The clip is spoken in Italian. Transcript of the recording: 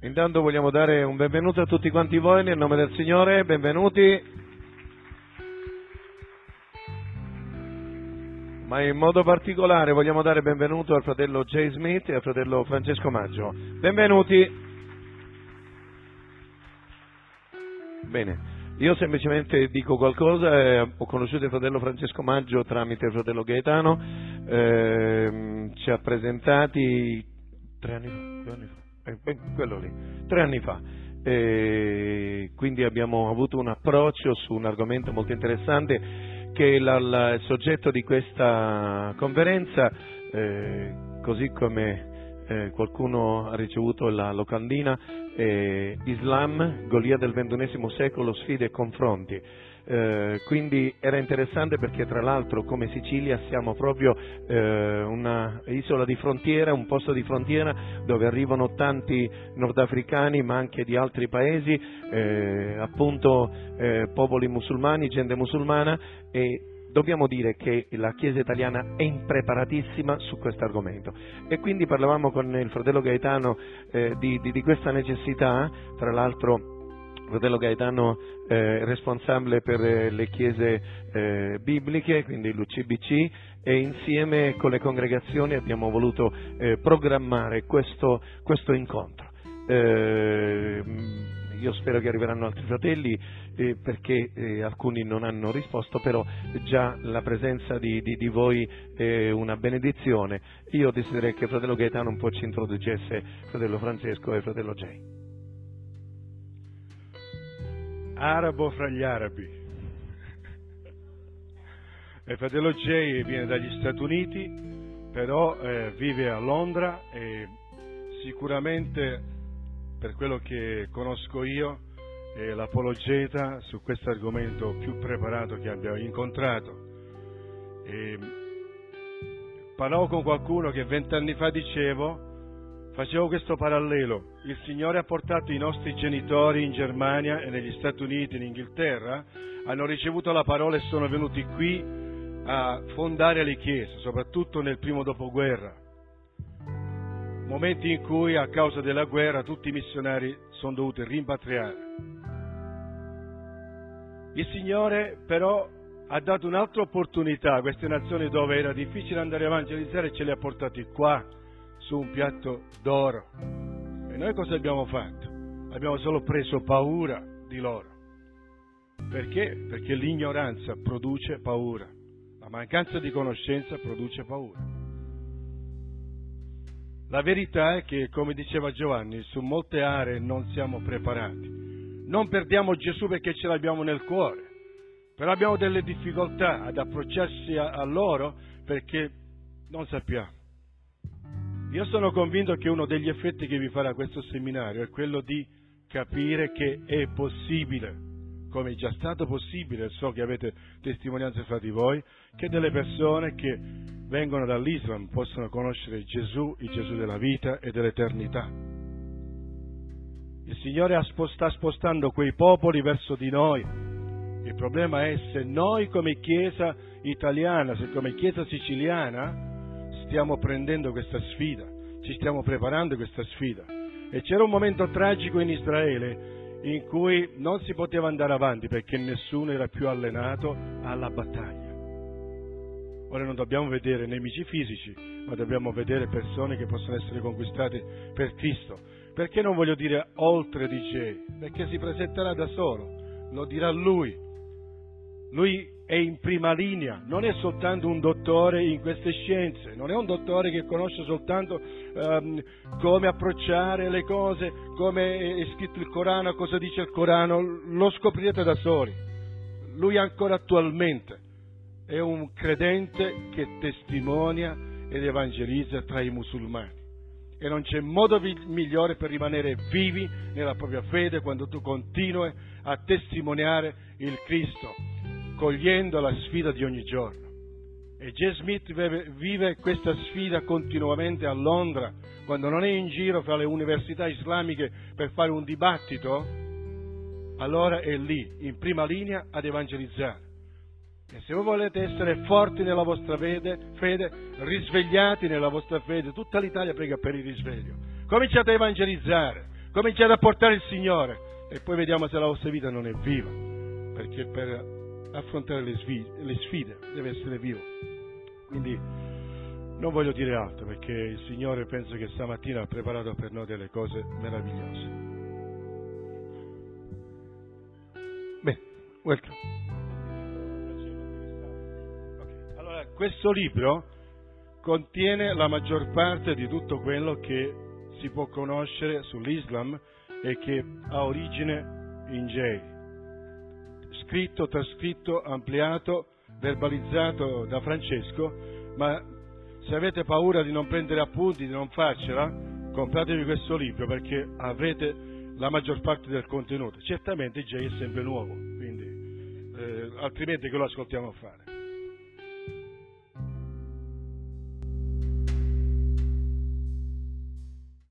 Intanto vogliamo dare un benvenuto a tutti quanti voi nel nome del Signore, benvenuti. Ma in modo particolare vogliamo dare benvenuto al fratello Jay Smith e al fratello Francesco Maggio. Benvenuti. Bene, io semplicemente dico qualcosa, ho conosciuto il fratello Francesco Maggio tramite il fratello Gaetano, ci ha presentati 3 anni fa. Quello lì, 3 anni fa, quindi abbiamo avuto un approccio su un argomento molto interessante che è il soggetto di questa conferenza, così come qualcuno ha ricevuto la locandina, Islam, Golia del XXI secolo, sfide e confronti. Quindi era interessante perché tra l'altro come Sicilia siamo proprio una isola di frontiera, un posto di frontiera dove arrivano tanti nordafricani ma anche di altri paesi, appunto popoli musulmani, gente musulmana, e dobbiamo dire che la Chiesa italiana è impreparatissima su questo argomento e quindi parlavamo con il fratello Gaetano di questa necessità. Tra l'altro il fratello Gaetano è responsabile per le chiese bibliche, quindi l'UCBC, e insieme con le congregazioni abbiamo voluto programmare questo incontro. Io spero che arriveranno altri fratelli perché alcuni non hanno risposto, però già la presenza di voi è una benedizione. Io desidererei che il fratello Gaetano un po' ci introducesse il fratello Francesco e il fratello Jay. Arabo fra gli arabi. Il fratello Jay viene dagli Stati Uniti, però vive a Londra e sicuramente, per quello che conosco io, è l'apologeta su questo argomento più preparato che abbiamo incontrato. Parlavo con qualcuno che 20 anni fa facevo questo parallelo: il Signore ha portato i nostri genitori in Germania e negli Stati Uniti, in Inghilterra, hanno ricevuto la parola e sono venuti qui a fondare le chiese, soprattutto nel primo dopoguerra, momenti in cui a causa della guerra tutti i missionari sono dovuti rimpatriare. Il Signore però ha dato un'altra opportunità a queste nazioni dove era difficile andare a evangelizzare e ce li ha portati qua su un piatto d'oro. E noi cosa abbiamo fatto? Abbiamo solo preso paura di loro. Perché? Perché l'ignoranza produce paura, la mancanza di conoscenza produce paura. La verità è che, come diceva Giovanni, su molte aree non siamo preparati. Non perdiamo Gesù perché ce l'abbiamo nel cuore, però abbiamo delle difficoltà ad approcciarsi a loro perché non sappiamo. Io sono convinto che uno degli effetti che vi farà questo seminario è quello di capire che è possibile, come è già stato possibile, so che avete testimonianze fra di voi, che delle persone che vengono dall'Islam possono conoscere Gesù, il Gesù della vita e dell'eternità. Il Signore sta spostando quei popoli verso di noi. Il problema è se noi come Chiesa italiana, se come Chiesa siciliana stiamo prendendo questa sfida, ci stiamo preparando questa sfida. E c'era un momento tragico in Israele in cui non si poteva andare avanti perché nessuno era più allenato alla battaglia. Ora non dobbiamo vedere nemici fisici, ma dobbiamo vedere persone che possono essere conquistate per Cristo. Perché non voglio dire oltre di Jay? Perché si presenterà da solo, lo dirà lui. Lui è in prima linea, non è soltanto un dottore in queste scienze, non è un dottore che conosce soltanto come approcciare le cose, come è scritto il Corano, cosa dice il Corano, lo scoprirete da soli. Lui ancora attualmente è un credente che testimonia ed evangelizza tra i musulmani. E non c'è modo migliore per rimanere vivi nella propria fede quando tu continui a testimoniare il Cristo, cogliendo la sfida di ogni giorno. E Jay Smith vive questa sfida continuamente a Londra, quando non è in giro fra le università islamiche per fare un dibattito, allora è lì, in prima linea, ad evangelizzare. E se voi volete essere forti nella vostra fede, risvegliati nella vostra fede, tutta l'Italia prega per il risveglio. Cominciate a evangelizzare, Cominciate a portare il Signore e poi vediamo se la vostra vita non è viva, perché per affrontare le sfide deve essere vivo. Quindi non voglio dire altro, perché il Signore penso che stamattina ha preparato per noi delle cose meravigliose. Bene, welcome. Okay. Allora, questo libro contiene la maggior parte di tutto quello che si può conoscere sull'Islam e che ha origine in Jay. Scritto, trascritto, ampliato, verbalizzato da Francesco, ma se avete paura di non prendere appunti, di non farcela, compratevi questo libro perché avrete la maggior parte del contenuto. Certamente Jay è sempre nuovo, quindi altrimenti che lo ascoltiamo fare.